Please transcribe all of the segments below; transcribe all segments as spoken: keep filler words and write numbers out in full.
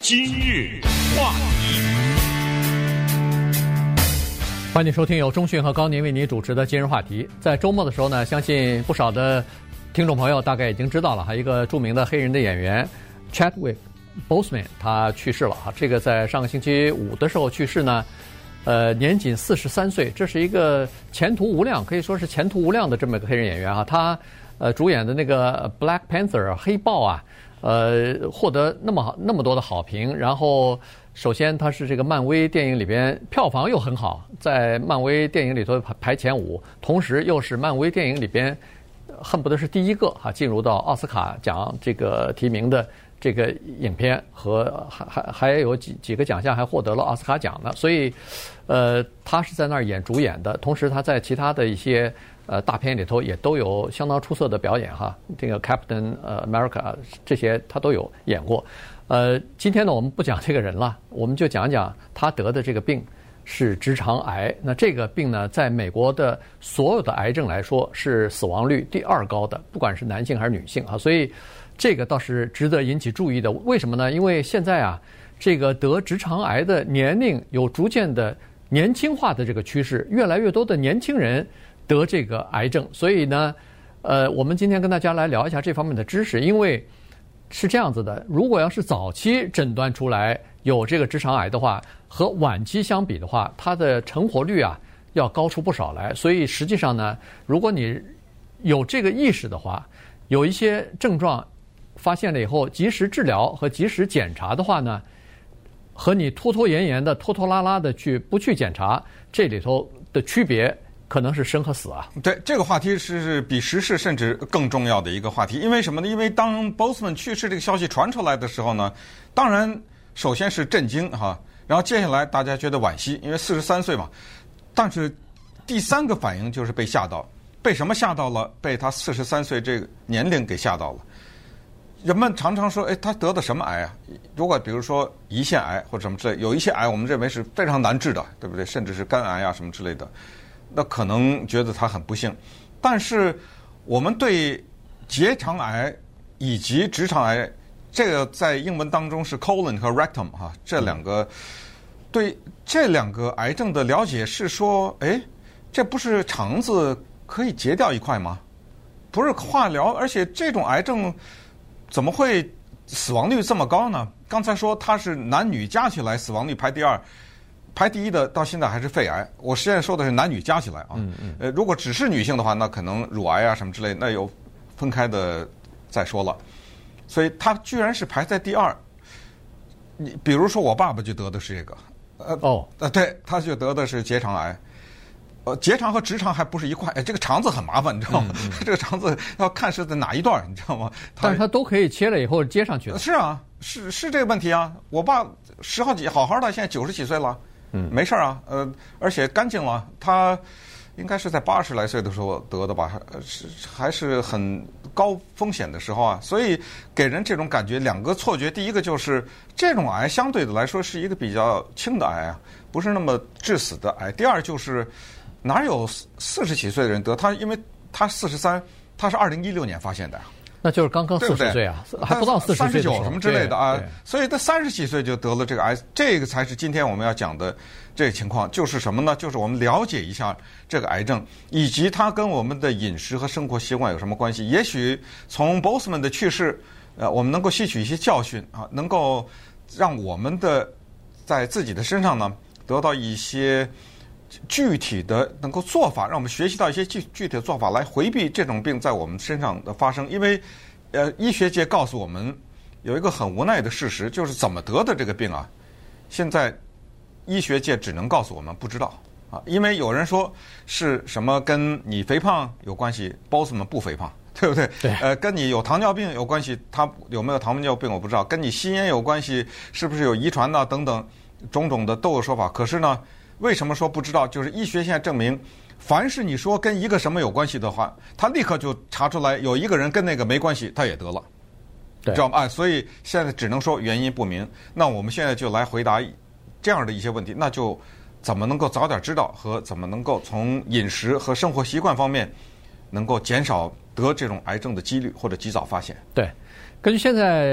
今日话题， 欢迎收听由钟讯和高宁为你主持的今日话题。在周末的时候呢，相信不少的听众朋友大概已经知道了，还有一个著名的黑人的演员 Chadwick Boseman 他去世了啊。这个在上个星期五的时候去世呢，呃，年仅四十三岁，这是一个前途无量，可以说是前途无量的这么一个黑人演员啊。他呃主演的那个 Black Panther 黑豹啊，呃，获得那么好那么多的好评。然后，首先他是这个漫威电影里边票房又很好，在漫威电影里头排排前五，同时又是漫威电影里边恨不得是第一个哈进入到奥斯卡奖这个提名的这个影片，和还还还有几几个奖项还获得了奥斯卡奖呢。所以，呃，他是在那儿演主演的，同时他在其他的一些呃大片里头也都有相当出色的表演哈。这个 Captain 呃 America 这些他都有演过。呃，今天呢我们不讲这个人了，我们就讲讲他得的这个病是直肠癌。那这个病呢，在美国的所有的癌症来说是死亡率第二高的，不管是男性还是女性啊。所以这个倒是值得引起注意的。为什么呢？因为现在啊，这个得直肠癌的年龄有逐渐的年轻化的这个趋势，越来越多的年轻人得这个癌症。所以呢，呃，我们今天跟大家来聊一下这方面的知识。因为是这样子的，如果要是早期诊断出来有这个直肠癌的话，和晚期相比的话，它的成活率啊要高出不少来。所以实际上呢，如果你有这个意识的话，有一些症状发现了以后，及时治疗和及时检查的话呢，和你拖拖延延的、拖拖拉拉的去不去检查，这里头的区别可能是生和死啊。 对，这个话题是比时事甚至更重要的一个话题。因为什么呢？因为当 Boseman 去世这个消息传出来的时候呢，当然首先是震惊哈，然后接下来大家觉得惋惜，因为四十三岁嘛。但是第三个反应就是被吓到，被什么吓到了？被他四十三岁这个年龄给吓到了。人们常常说，哎，他得的什么癌啊？如果比如说胰腺癌或者什么之类，有一些癌我们认为是非常难治的，对不对？甚至是肝癌啊什么之类的。那可能觉得他很不幸，但是我们对结肠癌以及直肠癌，这个在英文当中是 colon 和 rectum 哈，这两个对这两个癌症的了解是说，哎，这不是肠子可以截掉一块吗？不是化疗，而且这种癌症怎么会死亡率这么高呢？刚才说它是男女加起来死亡率排第二。排第一的到现在还是肺癌，我现在说的是男女加起来啊。嗯嗯。呃，如果只是女性的话，那可能乳癌啊什么之类，那有分开的再说了。所以它居然是排在第二。你比如说我爸爸就得的是这个，呃哦，呃对，他就得的是结肠癌。呃，结肠和直肠还不是一块，哎，这个肠子很麻烦，你知道吗？嗯嗯这个肠子要看是在哪一段，你知道吗？ 但是它都可以切了以后接上去的。 是啊，是是这个问题啊。我爸十好几好好的，现在九十几岁了。嗯，没事啊，呃，而且干净了。他应该是在八十来岁的时候得的吧，是还是很高风险的时候啊，所以给人这种感觉，两个错觉。第一个就是这种癌相对的来说是一个比较轻的癌啊，不是那么致死的癌。第二就是哪有四十几岁的人得？他因为他四十三，他是二零一六年发现的呀。 那就是刚刚四十岁啊，还不到四十岁， 三十九什么之类的啊，所以他三十几岁就得了这个癌，这个才是今天我们要讲的这个情况。就是什么呢？就是我们了解一下这个癌症，以及它跟我们的饮食和生活习惯有什么关系。也许从 Boseman 的去世，呃，我们能够吸取一些教训啊，能够让我们的在自己的身上呢得到一些具体的能够做法，让我们学习到一些具具体的做法，来回避这种病在我们身上的发生。因为，呃，医学界告诉我们有一个很无奈的事实，就是怎么得的这个病啊，现在医学界只能告诉我们不知道啊。因为有人说是什么跟你肥胖有关系 ，Boseman 不肥胖，对不对？ 对。 呃，跟你有糖尿病有关系，他有没有糖尿病我不知道，跟你吸烟有关系，是不是有遗传呐、啊、等等种种的都有说法。可是呢？为什么说不知道？就是医学现在证明，凡是你说跟一个什么有关系的话，他立刻就查出来有一个人跟那个没关系，他也得了，知道吗？啊，所以现在只能说原因不明。那我们现在就来回答这样的一些问题，那就怎么能够早点知道，和怎么能够从饮食和生活习惯方面能够减少得这种癌症的几率，或者及早发现。 对，根据现在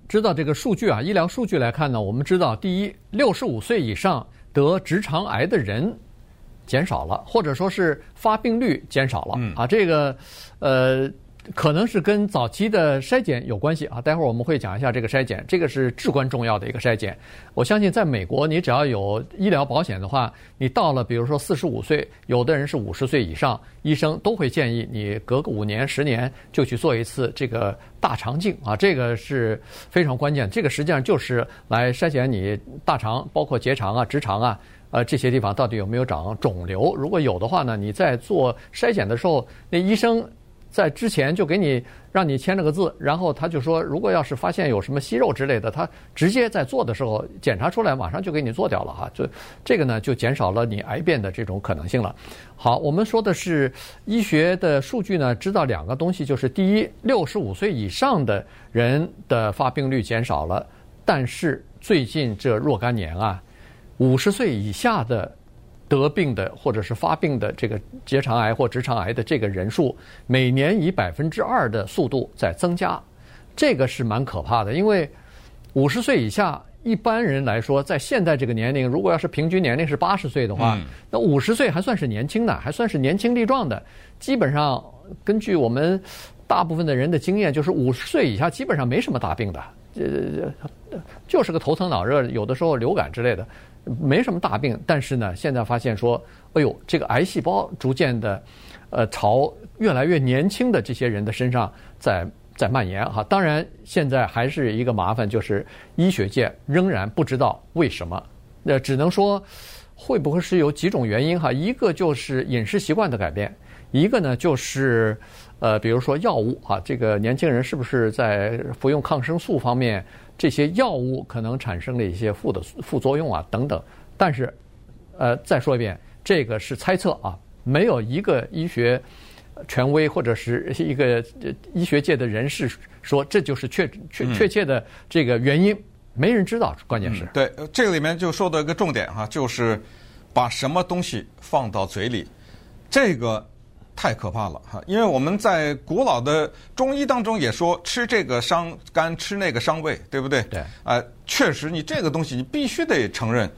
知道这个数据啊，医疗数据来看呢，我们知道，第一，六十五岁以上得直肠癌的人减少了，或者说是发病率减少了、嗯、啊，这个呃。可能是跟早期的筛检有关系啊，待会儿我们会讲一下这个筛检，这个是至关重要的一个筛检。我相信在美国，你只要有医疗保险的话，你到了比如说四十五岁，有的人是五十岁以上，医生都会建议你隔个五年、十年就去做一次这个大肠镜啊，这个是非常关键。这个实际上就是来筛检你大肠，包括结肠啊、直肠啊。呃，这些地方到底有没有长肿瘤？如果有的话呢，你在做筛检的时候，那医生在之前就给你让你签了个字，然后他就说，如果要是发现有什么息肉之类的，他直接在做的时候检查出来，马上就给你做掉了哈。就这个呢，就减少了你癌变的这种可能性了。好，我们说的是医学的数据呢，知道两个东西，就是第一，六十五岁以上的人的发病率减少了，但是最近这若干年啊，五十岁以下的得病的或者是发病的这个结肠癌或直肠癌的这个人数，每年以百分之二的速度在增加，这个是蛮可怕的。因为五十岁以下一般人来说，在现在这个年龄，如果要是平均年龄是八十岁的话，嗯、那五十岁还算是年轻的，还算是年轻力壮的。基本上根据我们大部分的人的经验，就是五十岁以下基本上没什么大病的，呃，就是个头疼脑热，有的时候流感之类的。没什么大病，但是呢，现在发现说，哎呦，这个癌细胞逐渐的，呃，朝越来越年轻的这些人的身上在在蔓延哈。当然，现在还是一个麻烦，就是医学界仍然不知道为什么，那只能说会不会是有几种原因哈。一个就是饮食习惯的改变，一个呢就是呃，比如说药物哈，这个年轻人是不是在服用抗生素方面？这些药物可能产生了一些副的副作用啊等等，但是，呃，再说一遍，这个是猜测啊，没有一个医学权威或者是一个医学界的人士说这就是确确确切的这个原因，没人知道。关键是、 嗯、对这个里面就说的一个重点哈，就是把什么东西放到嘴里，这个。太可怕了哈！因为我们在古老的中医当中也说，吃这个伤肝，吃那个伤胃，对不对？ 对。 啊、呃，确实，你这个东西你必须得承认，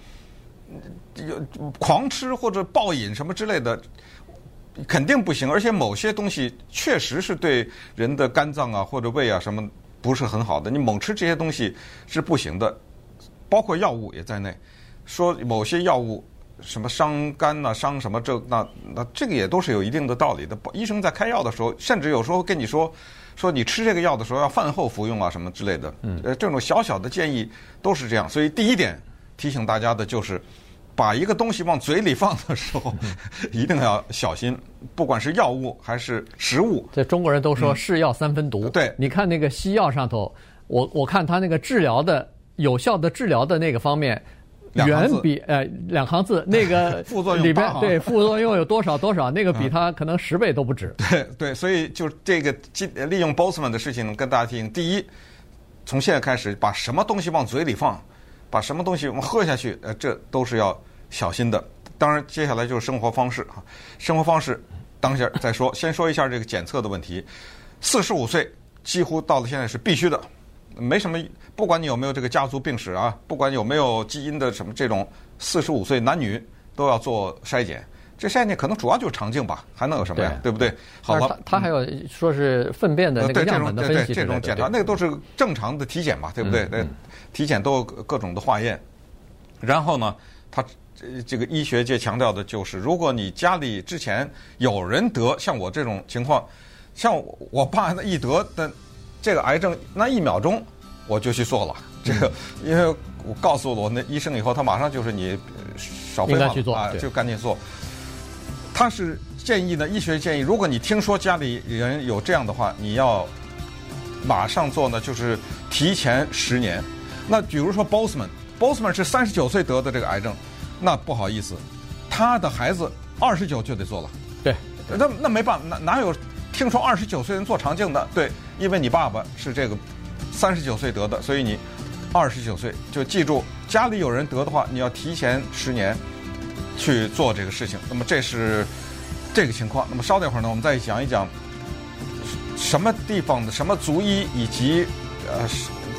狂吃或者暴饮什么之类的，肯定不行。而且某些东西确实是对人的肝脏啊或者胃啊什么不是很好的，你猛吃这些东西是不行的，包括药物也在内。说某些药物。什么伤肝呐、啊，伤什么这那那这个也都是有一定的道理的。医生在开药的时候，甚至有时候跟你说，说你吃这个药的时候要饭后服用啊，什么之类的。嗯，呃，这种小小的建议都是这样。所以第一点提醒大家的就是，把一个东西往嘴里放的时候，一定要小心，不管是药物还是食物。 这中国人都说是药三分毒。 嗯、对， 你看那个西药上头，我我看他那个治疗的有效的治疗的那个方面。远比呃两行字那个副作用里边对副作用有多少多少，那个比它可能十倍都不止。 对对，所以就这个利用 Bosman 的事情跟大家提醒：第一，从现在开始，把什么东西往嘴里放，把什么东西往喝下去，呃，这都是要小心的。当然，接下来就是生活方式啊，生活方式，等一下再说。先说一下这个检测的问题。四十五岁几乎到了现在是必须的。没什么，不管你有没有这个家族病史啊，不管有没有基因的什么这种，四十五岁男女都要做筛检。这筛检可能主要就是肠镜吧，还能有什么呀？ 对, 对不对？好了， 他还有说是粪便的那个样本的分析， 对这种检查，那个都是正常的体检嘛，对不对？嗯嗯、体检都有各种的化验。然后呢，他这个医学界强调的就是，如果你家里之前有人得像我这种情况，像我爸一得的。这个癌症那一秒钟我就去做了，这个因为我告诉了我那医生以后，他马上就是你少废话啊，就赶紧做。他是建议呢，医学建议，如果你听说家里人有这样的话，你要马上做呢，就是提前十年。那比如说 Bosman，Bosman 是三十九岁得的这个癌症，那不好意思，他的孩子二十九就得做了。 对， 那那没办法，哪哪有听说二十九岁人做肠镜的？对。因为你爸爸是这个三十九岁得的，所以你二十九岁就记住，家里有人得的话，你要提前十年去做这个事情。那么这是这个情况。那么稍等一会儿呢，我们再讲一讲什么地方的什么族医以及呃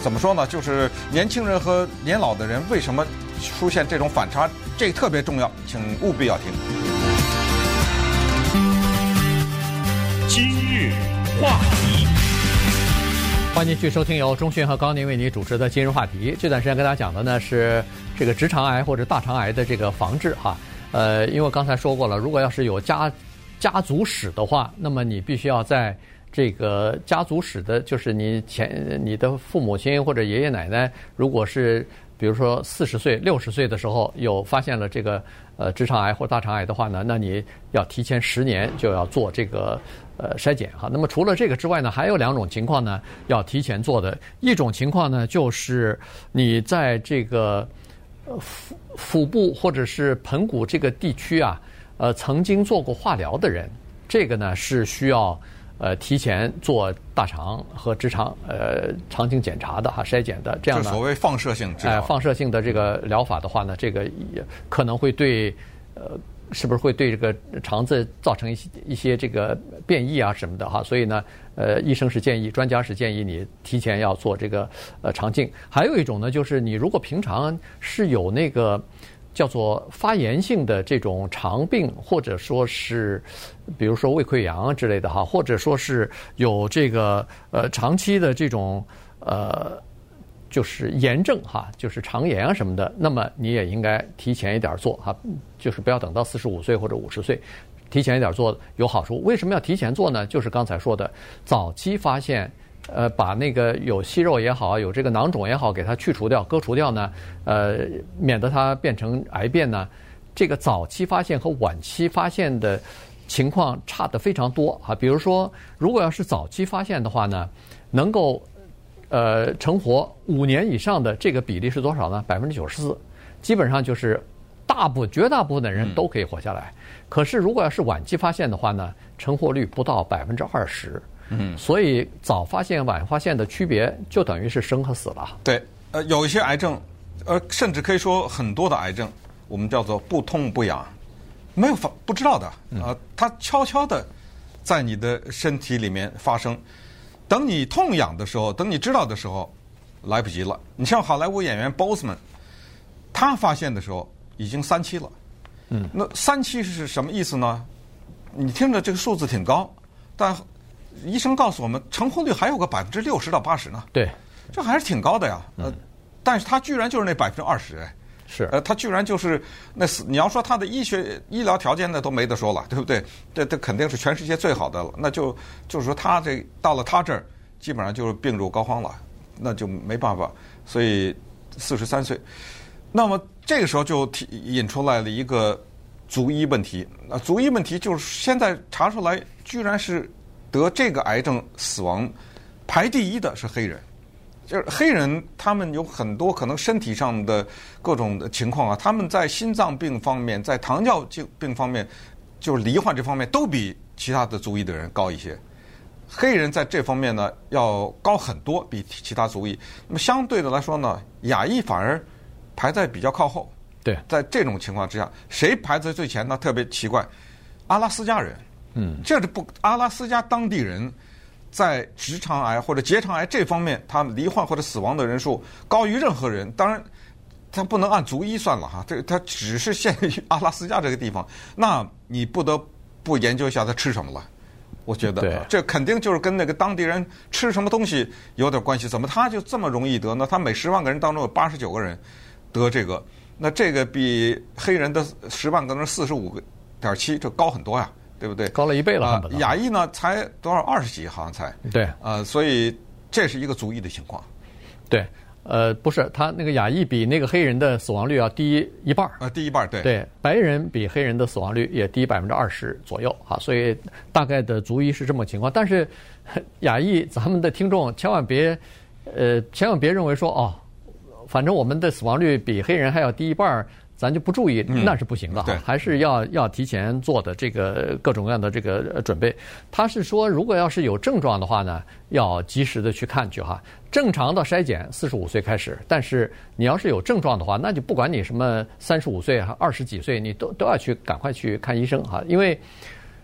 怎么说呢？就是年轻人和年老的人为什么出现这种反差，这个特别重要，请务必要听。 今日话题， 欢迎继续收听由钟迅和高宁为你主持的今日话题。这段时间跟大家讲的呢是这个直肠癌或者大肠癌的这个防治哈。呃，因为刚才说过了，如果要是有家家族史的话，那么你必须要在这个家族史的，就是你前你的父母亲或者爷爷奶奶，如果是比如说四十岁、六十岁的时候有发现了这个呃直肠癌或大肠癌的话呢，那你要提前十年就要做这个呃筛检哈。那么除了这个之外呢，还有两种情况呢要提前做的。一种情况呢，就是你在这个呃腹腹部或者是盆骨这个地区啊，呃曾经做过化疗的人，这个呢是需要呃提前做大肠和直肠呃肠镜检查的哈，筛检的，这样呢， 所谓放射性治疗， 哎、呃，放射性的这个疗法的话呢，这个也可能会对呃是不是会对这个肠子造成一些一些这个变异啊什么的哈，所以呢，呃，医生是建议，专家是建议你提前要做这个呃肠镜。还有一种呢，就是你如果平常是有那个叫做发炎性的这种肠病，或者说是比如说胃溃疡之类的哈，或者说是有这个呃长期的这种呃就是炎症哈，就是肠炎啊什么的，那么你也应该提前一点做哈，就是不要等到四十五岁或者五十岁，提前一点做有好处。为什么要提前做呢？就是刚才说的，早期发现。呃，把那个有息肉也好，有这个囊肿也好，给它去除掉、割除掉呢，呃，免得它变成癌变呢。这个早期发现和晚期发现的情况差得非常多啊。比如说，如果要是早期发现的话呢，能够呃成活五年以上的这个比例是多少呢？百分之九十四，基本上就是大部绝大部分的人都可以活下来。可是如果要是晚期发现的话呢，成活率不到百分之二十。嗯，所以早发现晚发现的区别就等于是生和死了。 对，呃，有一些癌症，呃，甚至可以说很多的癌症，我们叫做不痛不痒，没有发不知道的，呃，它悄悄的在你的身体里面发生。等你痛痒的时候，等你知道的时候，来不及了。你像好莱坞演员 Boseman， 他发现的时候已经三期了。嗯，那三期是什么意思呢？你听着这个数字挺高，但医生告诉我们，成活率还有个百分之六十到八十呢。对，这还是挺高的呀。呃，嗯、但是他居然就是那百分之二十，哎， 是， 呃，他居然就是那死。你要说他的医学医疗条件那都没得说了，对不对？这这肯定是全世界最好的了。那就就是说他这到了他这儿，基本上就是病入膏肓了，那就没办法。所以四十三岁，那么这个时候就提引出来了一个族医问题。那族医问题就是现在查出来，居然是。得这个癌症死亡排第一的是黑人，就是黑人他们有很多可能身体上的各种的情况啊，他们在心脏病方面，在糖尿病方面，就是罹患这方面都比其他的族裔的人高一些。黑人在这方面呢要高很多，比其他族裔。那么相对的来说呢，亚裔反而排在比较靠后。 对， 在这种情况之下，谁排在最前呢？特别奇怪，阿拉斯加人。嗯，这是不阿拉斯加当地人在直肠癌或者结肠癌这方面，他们罹患或者死亡的人数高于任何人。当然，他不能按族裔算了哈，这他只是限于阿拉斯加这个地方。那你不得不研究一下他吃什么了。我觉得这肯定就是跟那个当地人吃什么东西有点关系。怎么他就这么容易得呢？他每十万个人当中有八十九个人得这个，那这个比黑人的十万个人四十五点七这高很多呀。对不对？ 高了一倍了。 啊、呃，亚裔呢才多少二十几，好像才。 对。 呃，所以这是一个族裔的情况。 对，呃，不是，他那个亚裔比那个黑人的死亡率要低一半。 呃，低一半，对。 对，白人比黑人的死亡率也低百分之二十左右啊，所以大概的族裔是这么情况。但是亚裔，咱们的听众千万别，呃，千万别认为说哦，反正我们的死亡率比黑人还要低一半。咱就不注意，那是不行的哈，嗯、还是要要提前做的这个各种各样的这个准备。他是说，如果要是有症状的话呢，要及时的去看去哈。正常的筛检四十五岁开始，但是你要是有症状的话，那就不管你什么三十五岁还二十几岁，你都都要去赶快去看医生哈，因为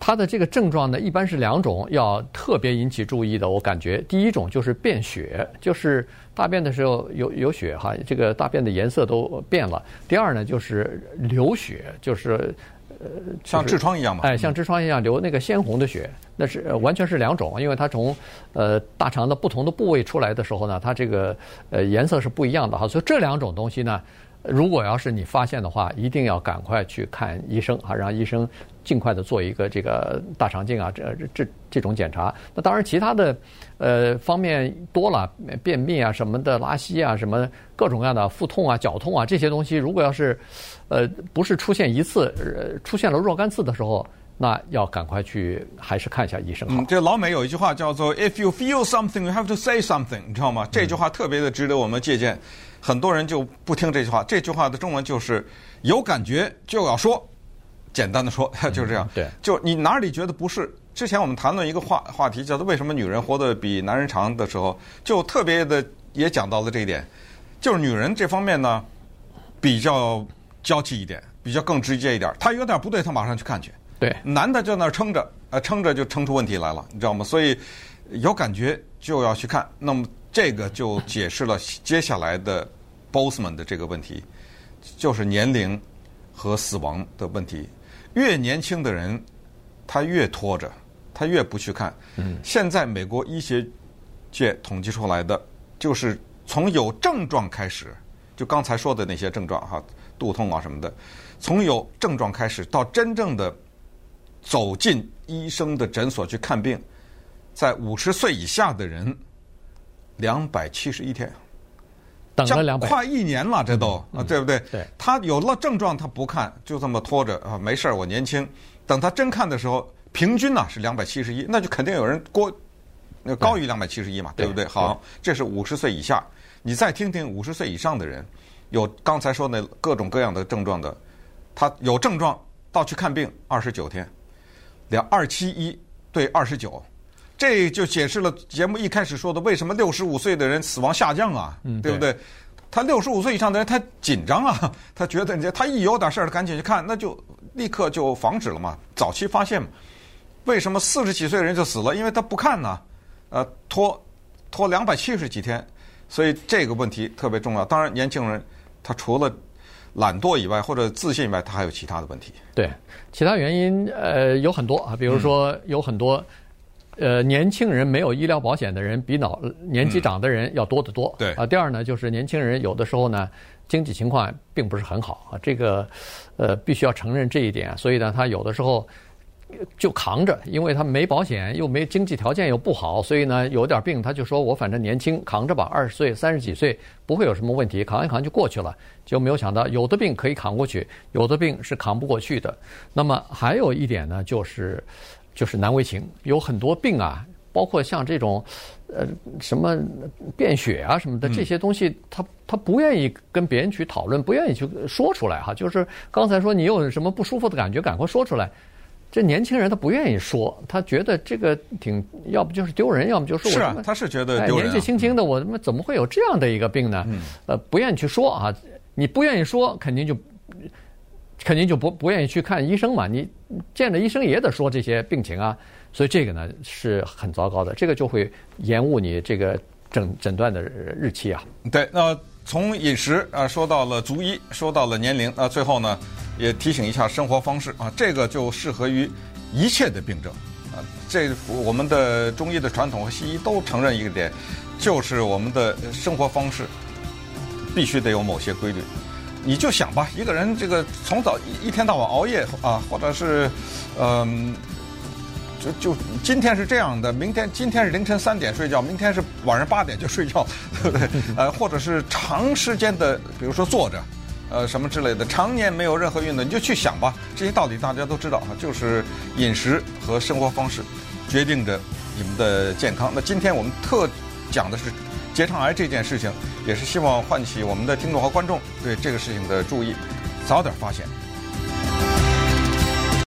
它的这个症状呢，一般是两种，要特别引起注意的。我感觉第一种就是便血，就是大便的时候有有血哈，这个大便的颜色都变了。第二呢，就是流血，就是呃， 像痔疮一样嘛， 哎，像痔疮一样流那个鲜红的血，那是、呃、完全是两种，因为它从呃大肠的不同的部位出来的时候呢，它这个呃颜色是不一样的哈，所以这两种东西呢。如果要是你发现的话，一定要赶快去看医生啊，让医生尽快的做一个这个大肠镜啊，这这这种检查。那当然，其他的呃方面多了，便秘啊什么的，拉稀啊什么各种各样的腹痛啊、绞痛啊这些东西，如果要是呃不是出现一次，呃出现了若干次的时候。那要赶快去，还是看一下医生好。 嗯，这老美有一句话叫做 "If you feel something, you have to say something"， 你知道吗？这句话特别的值得我们借鉴。很多人就不听这句话，这句话的中文就是有感觉就要说，简单的说就是这样。 对， 就你哪里觉得不适？之前我们谈论一个话话题，叫做为什么女人活得比男人长的时候，就特别的也讲到了这一点，就是女人这方面呢比较娇气一点，比较更直接一点，她有点不对，她马上去看去。 对， 男的就那儿撑着，呃，撑着就撑出问题来了，你知道吗？所以有感觉就要去看。那么这个就解释了接下来的 Boseman 的这个问题，就是年龄和死亡的问题。越年轻的人，他越拖着，他越不去看。嗯，现在美国医学界统计出来的，就是从有症状开始，就刚才说的那些症状哈，肚痛啊什么的，从有症状开始到真正的走进医生的诊所去看病，在五十岁以下的人，两百七十一天， 等了两百， 快一年了，这都、嗯、啊，对不对？ 对， 他有了症状，他不看，就这么拖着啊，没事儿，我年轻。等他真看的时候，平均呢、啊、是两百七十一，那就肯定有人过高于两百七十一嘛，对不对？好，这是五十岁以下。你再听听五十岁以上的人，有刚才说那各种各样的症状的，他有症状到去看病二十九天。两二七一对二十九，这就解释了节目一开始说的为什么六十五岁的人死亡下降啊， 嗯、 对不对？他六十五岁以上的人他紧张啊，他觉得他一有点事儿赶紧去看，那就立刻就防止了嘛，早期发现嘛。为什么四十几岁的人就死了？因为他不看呢，呃，拖拖两百七十几天，所以这个问题特别重要。当然，年轻人他除了懒惰以外，或者自信以外，他还有其他的问题。 对，其他原因呃有很多啊，比如说有很多、嗯、呃年轻人没有医疗保险的人，比老年纪长的人要多得多。 嗯、对啊，第二呢，就是年轻人有的时候呢经济情况并不是很好啊，这个呃必须要承认这一点。所以呢，他有的时候就扛着，因为他没保险，又没经济条件又不好，所以呢有点病他就说我反正年轻扛着吧，二十岁三十几岁不会有什么问题，扛一扛就过去了。就没有想到有的病可以扛过去，有的病是扛不过去的。那么还有一点呢，就是就是难为情，有很多病啊，包括像这种呃什么便血啊什么的这些东西，他他不愿意跟别人去讨论，不愿意去说出来哈。就是刚才说你有什么不舒服的感觉，赶快说出来。这年轻人他不愿意说，他觉得这个挺，要不就是丢人，要么就是我是啊，他是觉得丢人、啊哎。年纪轻轻的，我他妈怎么会有这样的一个病呢？嗯、呃，不愿意去说啊，你不愿意说，肯定就肯定就不不愿意去看医生嘛。你见了医生也得说这些病情啊，所以这个呢是很糟糕的，这个就会延误你这个诊诊断的日期啊。 对，那从饮食啊说到了足医，说到了年龄，啊最后呢。也提醒一下生活方式啊，这个就适合于一切的病症啊。这我们的中医的传统和西医都承认一个点，就是我们的生活方式必须得有某些规律。你就想吧，一个人这个从早一天到晚熬夜啊，或者是嗯、呃，就就今天是这样的，明天今天是凌晨三点睡觉，明天是晚上八点就睡觉，对不对？呃，或者是长时间的，比如说坐着。呃，什么之类的，常年没有任何运动，你就去想吧。这些道理大家都知道哈，就是饮食和生活方式决定着你们的健康。那今天我们特讲的是结肠癌这件事情，也是希望唤起我们的听众和观众对这个事情的注意，早点发现。